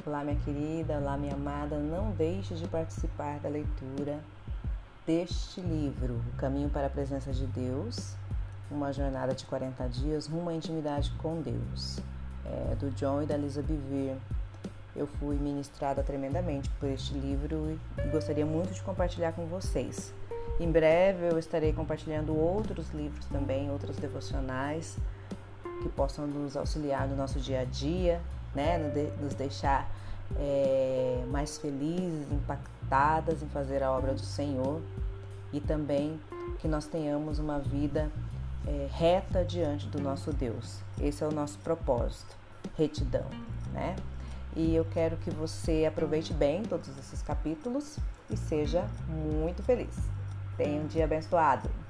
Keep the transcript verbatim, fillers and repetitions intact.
Olá, minha querida, olá, minha amada, não deixe de participar da leitura deste livro, O Caminho para a Presença de Deus, uma jornada de quarenta dias rumo à intimidade com Deus, é, do John e da Lisa Bevere. Eu fui ministrada tremendamente por este livro e gostaria muito de compartilhar com vocês. Em breve eu estarei compartilhando outros livros também, outros devocionais que possam nos auxiliar no nosso dia a dia, né? Nos deixar é, mais felizes, impactadas em fazer a obra do Senhor e também que nós tenhamos uma vida é, reta diante do nosso Deus. Esse é o nosso propósito, retidão, né? E eu quero que você aproveite bem todos esses capítulos e seja muito feliz. Tenha um dia abençoado.